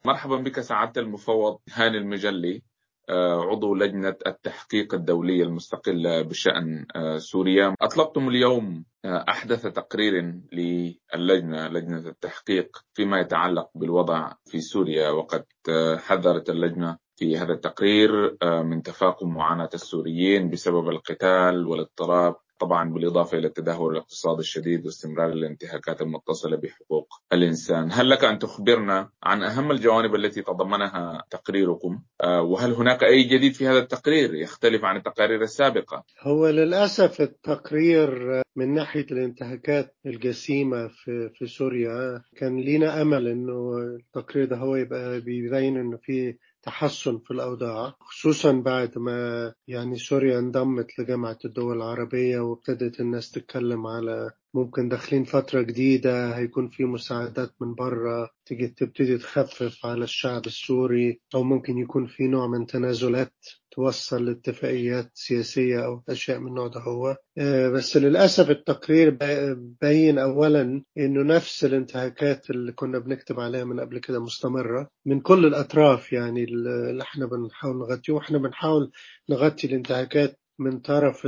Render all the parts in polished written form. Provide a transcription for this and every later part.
مرحبا بك سعادة المفوض هاني المجلي، عضو لجنة التحقيق الدولية المستقلة بشأن سوريا. أطلقتم اليوم أحدث تقرير للجنة، لجنة التحقيق، فيما يتعلق بالوضع في سوريا، وقد حذرت اللجنة في هذا التقرير من تفاقم معاناة السوريين بسبب القتال والاضطراب، طبعا بالإضافة إلى التدهور الاقتصادي الشديد واستمرار الانتهاكات المتصلة بحقوق الإنسان. هل لك أن تخبرنا عن أهم الجوانب التي تضمنها تقريركم؟ وهل هناك أي جديد في هذا التقرير يختلف عن التقارير السابقة؟ هو للأسف التقرير من ناحية الانتهاكات الجسيمة في سوريا كان لينا أمل إنه التقرير ده هو يبقى بيبين إنه في تحسن في الأوضاع، خصوصا بعد ما يعني سوريا انضمت لجامعة الدول العربية وابتدت الناس تتكلم على ممكن داخلين فترة جديدة هيكون في مساعدات من بره تبتدي تخفف على الشعب السوري، أو ممكن يكون في نوع من تنازلات توصل لاتفاقيات سياسية أو أشياء من النوع ده هو. بس للأسف التقرير بين أولا إنه نفس الانتهاكات اللي كنا بنكتب عليها من قبل كده مستمرة من كل الأطراف، يعني اللي احنا بنحاول نغطيه، واحنا بنحاول نغطي الانتهاكات من طرف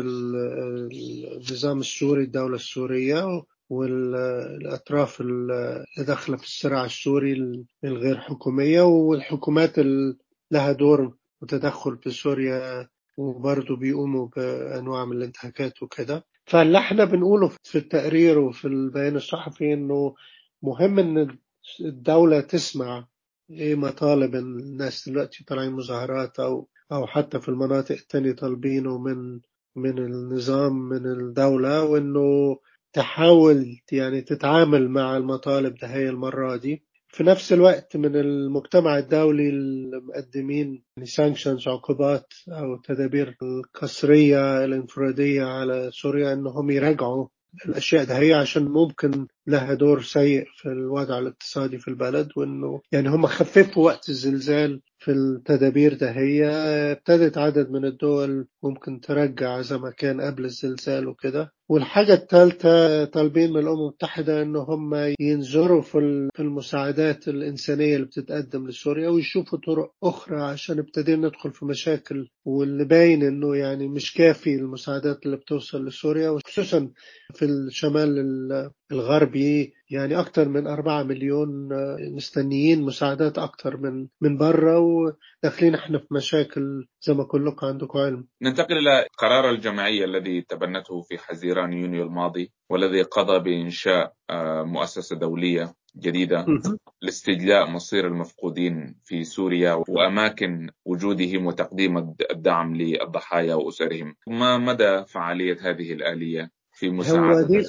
النظام السوري، الدولة السورية، والأطراف اللي داخلة في الصراع السوري الغير حكومية، والحكومات اللي لها دور وتدخل في سوريا وبرضه بيقوموا بأنواع من الانتهاكات وكده. فاللي احنا بنقوله في التقرير وفي البيان الصحفي إنه مهم إن الدولة تسمع إيه مطالب الناس. دلوقتي طالعين مظاهرات أو حتى في المناطق التانية طالبينه من النظام، من الدولة، وإنه تحاول يعني تتعامل مع المطالب ده هي المرة دي. في نفس الوقت من المجتمع الدولي المقدمين sanctions، عقوبات أو تدابير القسرية الانفرادية على سوريا، أنهم يراجعوا الأشياء ده هي عشان ممكن لها دور سيء في الوضع الاقتصادي في البلد. وأنه يعني هم خففوا وقت الزلزال في التدابير ده هي، ابتدت عدد من الدول ممكن ترجع زي ما كان قبل الزلزال وكده. والحاجة الثالثة طالبين من الأمم المتحدة أنه هم ينظروا في المساعدات الإنسانية اللي بتتقدم لسوريا ويشوفوا طرق أخرى، عشان ابتدينا ندخل في مشاكل، واللي باين أنه يعني مش كافي المساعدات اللي بتوصل لسوريا، وخصوصا في الشمال الغربي. يعني أكثر من 4 مليون مستنيين مساعدات أكثر من بره، وداخلين احنا في مشاكل زي ما كلكم عندكم علم. ننتقل إلى قرار الجمعية الذي تبنته في حزيران يونيو الماضي، والذي قضى بإنشاء مؤسسة دولية جديدة لاستجلاء مصير المفقودين في سوريا وأماكن وجودهم وتقديم الدعم للضحايا وأسرهم. ما مدى فعالية هذه الآلية في هو مساعدة دي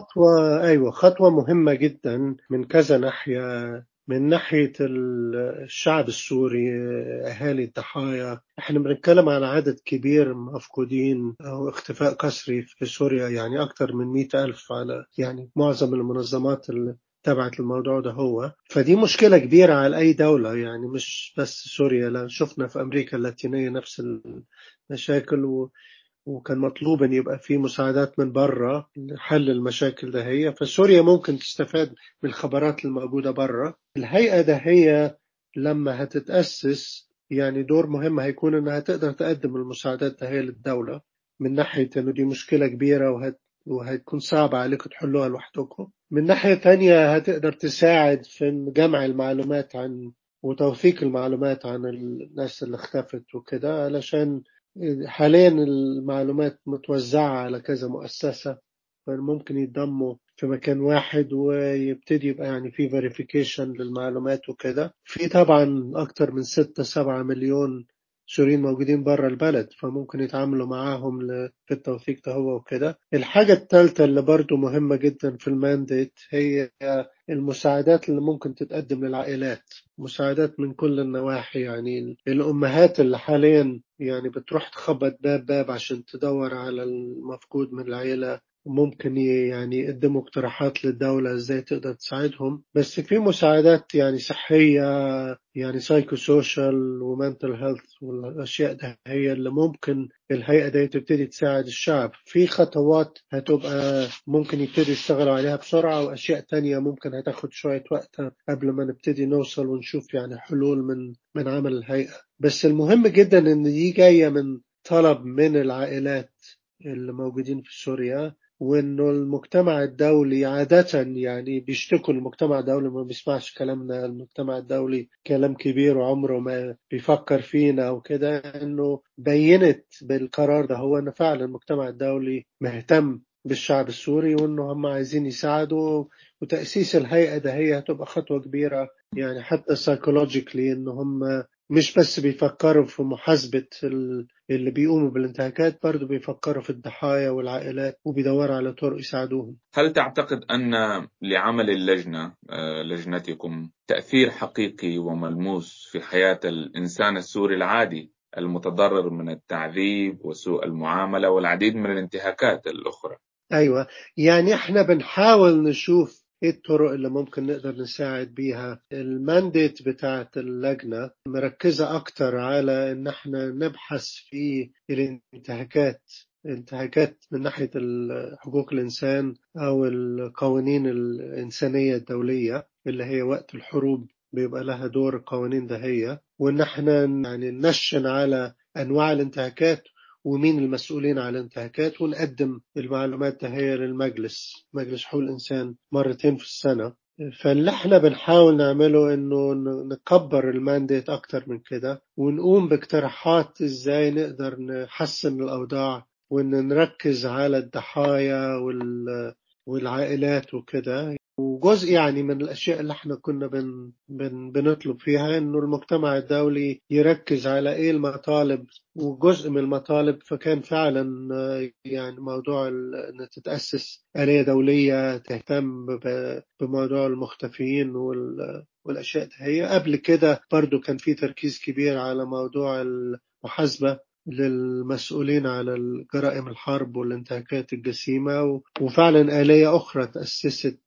خطوة مهمة جدا من كذا ناحية. من ناحية الشعب السوري، أهالي الضحايا، احنا بنتكلم على عدد كبير مفقودين أو اختفاء قسري في سوريا، يعني أكثر من 100,000 على يعني معظم المنظمات اللي تبعت الموضوع ده هو. فدي مشكلة كبيرة على أي دولة، يعني مش بس سوريا، لا شفنا في أمريكا اللاتينية نفس المشاكل، وكان مطلوب أن يبقى في مساعدات من برا لحل المشاكل ده هي. فسوريا ممكن تستفاد من الخبرات الموجودة برا. الهيئة ده هي لما هتتأسس يعني دور مهم هيكون أنها تقدر تقدم المساعدات ده هي للدولة، من ناحية أنه دي مشكلة كبيرة وهتكون صعبة عليكم تحلوها لوحدكم. من ناحية تانية هتقدر تساعد في جمع المعلومات عن وتوثيق المعلومات عن الناس اللي اختفت وكده، علشان حاليا المعلومات متوزعة على كذا مؤسسة، فممكن يتضموا في مكان واحد ويبتدي يبقى يعني في verification للمعلومات وكده. في طبعا أكتر من 6-7 مليون سوريين موجودين برا البلد، فممكن يتعاملوا معاهم في التوثيق ده هو وكده. الحاجة الثالثة اللي برضو مهمة جدا في المانديت هي المساعدات اللي ممكن تتقدم للعائلات، مساعدات من كل النواحي. يعني الأمهات اللي حاليا يعني بتروح تخبط باب عشان تدور على المفقود من العيلة، ممكن يعني يقدموا اقتراحات للدولة ازاي تقدر تساعدهم. بس في مساعدات يعني صحية، يعني سايكو سوشيال ومنتل هيلث والاشياء ده هي اللي ممكن الهيئة دي تبتدي تساعد الشعب في خطوات هتبقى ممكن يبتدي يشتغلوا عليها بسرعة، واشياء تانية ممكن هتاخد شوية وقت قبل ما نبتدي نوصل ونشوف يعني حلول من عمل الهيئة. بس المهم جدا ان دي جاية من طلب من العائلات اللي موجودين في سوريا، وانه المجتمع الدولي عادة يعني بيشتكوا المجتمع الدولي ما بيسمعش كلامنا. المجتمع الدولي كلام كبير وعمره ما بيفكر فينا او كده. انه بينت بالقرار ده هو ان فعلا المجتمع الدولي مهتم بالشعب السوري، وانه هم عايزين يساعدوا. وتأسيس الهيئة ده هي هتبقى خطوة كبيرة، يعني حتى سايكولوجيكلي ان هم مش بس بيفكروا في محاسبة اللي بيقوموا بالانتهاكات، برضو بيفكروا في الضحايا والعائلات وبيدوروا على طرق يساعدوهم. هل تعتقد أن لعمل اللجنة لجنتكم تأثير حقيقي وملموس في حياة الإنسان السوري العادي المتضرر من التعذيب وسوء المعاملة والعديد من الانتهاكات الأخرى؟ أيوة، يعني احنا بنحاول نشوف ايه الطرق اللي ممكن نقدر نساعد بيها. المانديت بتاعت اللجنة مركزة اكتر على ان احنا نبحث في الانتهاكات من ناحية حقوق الإنسان أو القوانين الإنسانية الدولية اللي هي وقت الحروب بيبقى لها دور القوانين دهية. وإن احنا يعني ننشن على أنواع الانتهاكات ومين المسؤولين عن الانتهاكات، ونقدم المعلومات دهية مجلس حقوق الإنسان مرتين في السنة. فاللي احنا بنحاول نعمله انه نكبر المانديت اكتر من كده، ونقوم باقتراحات ازاي نقدر نحسن الاوضاع، وان نركز على الضحايا والعائلات وكده. وجزء يعني من الاشياء اللي احنا كنا بنطلب فيها انه المجتمع الدولي يركز على ايه المطالب. وجزء من المطالب فكان فعلا يعني موضوع ان تتأسس آلية دولية تهتم بموضوع المختفيين والاشياء دي. هي قبل كده برضو كان في تركيز كبير على موضوع المحاسبة للمسؤولين على جرائم الحرب والانتهاكات الجسيمة. وفعلا آلية أخرى تأسست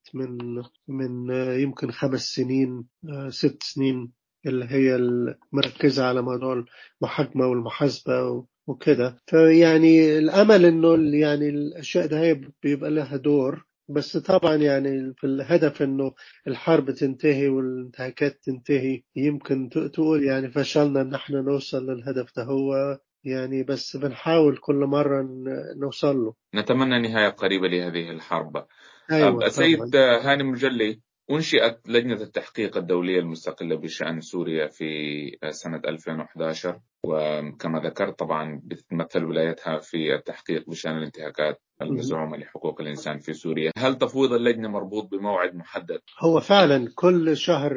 من يمكن 5 سنين 6 سنين، اللي هي المركزة على موضوع المحاكمة والمحاسبة وكده. فيعني الأمل إنه يعني الأشياء ده هي بيبقى لها دور. بس طبعا يعني في الهدف إنه الحرب تنتهي والانتهاكات تنتهي، يمكن تقول يعني فشلنا إن احنا نوصل للهدف ده هو يعني. بس بنحاول كل مرة نوصل له. نتمنى نهاية قريبة لهذه الحرب. أيوة طبعا. السيد هاني مجلي، أنشئت لجنة التحقيق الدولية المستقلة بشأن سوريا في سنة 2011، وكما ذكرت طبعا بتتمثل ولايتها في التحقيق بشأن الانتهاكات المزعومة لحقوق الإنسان في سوريا. هل تفويض اللجنة مربوط بموعد محدد؟ هو فعلا كل شهر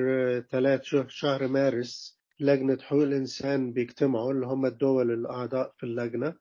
3 شهر مارس لجنة حقوق الإنسان بيجتمعوا اللي هم الدول الأعضاء في اللجنة،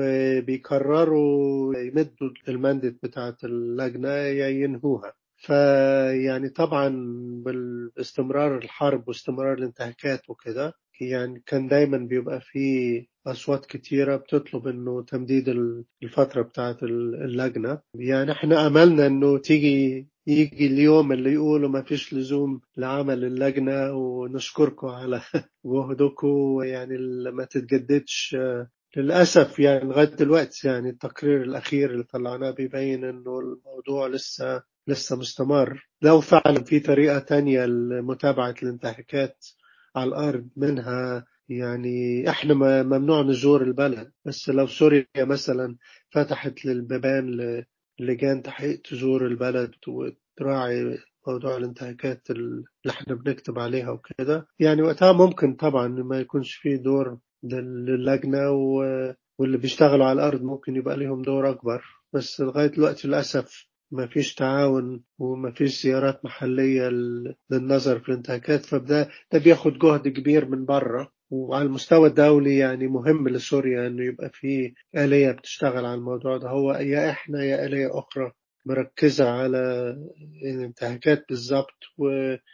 وبيقرروا يمدوا المانديت بتاعت اللجنة يا ينهوها. فيعني طبعا باستمرار الحرب واستمرار الانتهاكات وكده، يعني كان دايما بيبقى فيه أصوات كتيرة بتطلب إنه تمديد الفترة بتاعت اللجنة. يعني إحنا أملنا إنه يجي اليوم اللي يقولوا ما فيش لزوم لعمل اللجنة، ونشكركم على جهدكم يعني اللي ما تتجددش. للأسف يعني لغاية دلوقتي يعني التقرير الأخير اللي طلعناه بيبين إنه الموضوع لسه مستمر. لو فعلا في طريقة تانية لمتابعة الانتهاكات على الأرض، منها يعني إحنا ممنوع نزور البلد، بس لو سوريا مثلا فتحت للبيبان لجان تحقيق تزور البلد وتراعي موضوع الانتهاكات اللي احنا بنكتب عليها وكده، يعني وقتها ممكن طبعا ما يكونش فيه دور للجنة، واللي بيشتغلوا على الأرض ممكن يبقى لهم دور أكبر. بس لغاية دلوقتي للأسف ما فيش تعاون وما فيش زيارات محلية للنظر في الانتهاكات. ده بياخد جهد كبير من بره. وعلى المستوى الدولي يعني مهم لسوريا انه يبقى في آلية بتشتغل على الموضوع ده، هو يا احنا يا آلية اخرى مركزة على الانتهاكات بالضبط،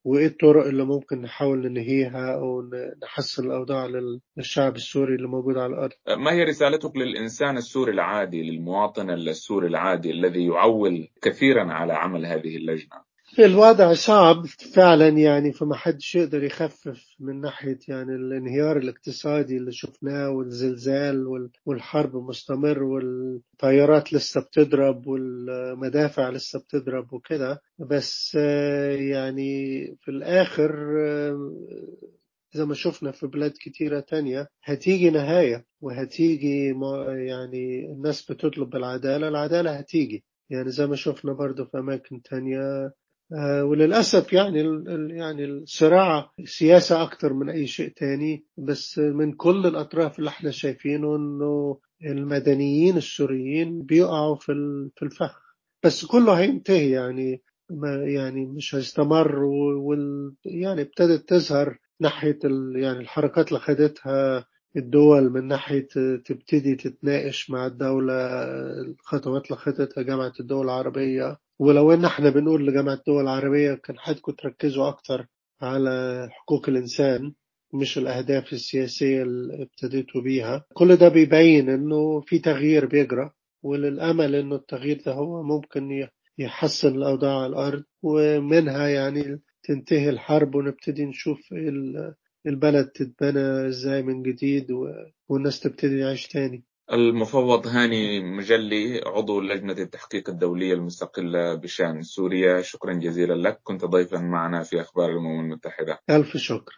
وإيه الطرق اللي ممكن نحاول ننهيها أو نحسن الأوضاع للشعب السوري اللي موجود على الأرض. ما هي رسالتك للإنسان السوري العادي، للمواطن السوري العادي الذي يعول كثيرا على عمل هذه اللجنة؟ الوضع صعب فعلا يعني، فما حدش يقدر يخفف من ناحية يعني الانهيار الاقتصادي اللي شفناه والزلزال والحرب مستمر والطيارات لسه بتضرب والمدافع لسه بتضرب وكده. بس يعني في الآخر زي ما شفنا في بلاد كتيرة تانية هتيجي نهاية، وهتيجي يعني الناس بتطلب العدالة هتيجي، يعني زي ما شفنا برضو في أماكن تانية. وللأسف يعني يعني الصراع سياسة أكتر من أي شيء تاني، بس من كل الأطراف اللي احنا شايفينه إنه المدنيين السوريين بيقعوا في الفخ. بس كله هينتهي يعني، ما يعني مش هيستمر. يعني ابتدت تظهر ناحية يعني الحركات اللي خدتها الدول من ناحية تبتدي تتناقش مع الدولة، الخطوات اللي خدتها جامعة الدول العربية. ولو ان احنا بنقول لجامعة الدول العربية كان حدكم تركزوا اكتر على حقوق الانسان مش الاهداف السياسية اللي ابتديتوا بيها، كل ده بيبين انه في تغيير بيجرى، وللامل انه التغيير ده هو ممكن يحسن الاوضاع على الارض، ومنها يعني تنتهي الحرب ونبتدي نشوف البلد تتبنى ازاي من جديد والناس تبتدي تعيش تاني. المفوض هاني مجلي، عضو لجنة التحقيق الدولية المستقلة بشأن سوريا، شكرا جزيلا لك، كنت ضيفا معنا في أخبار الأمم المتحدة. ألف شكر.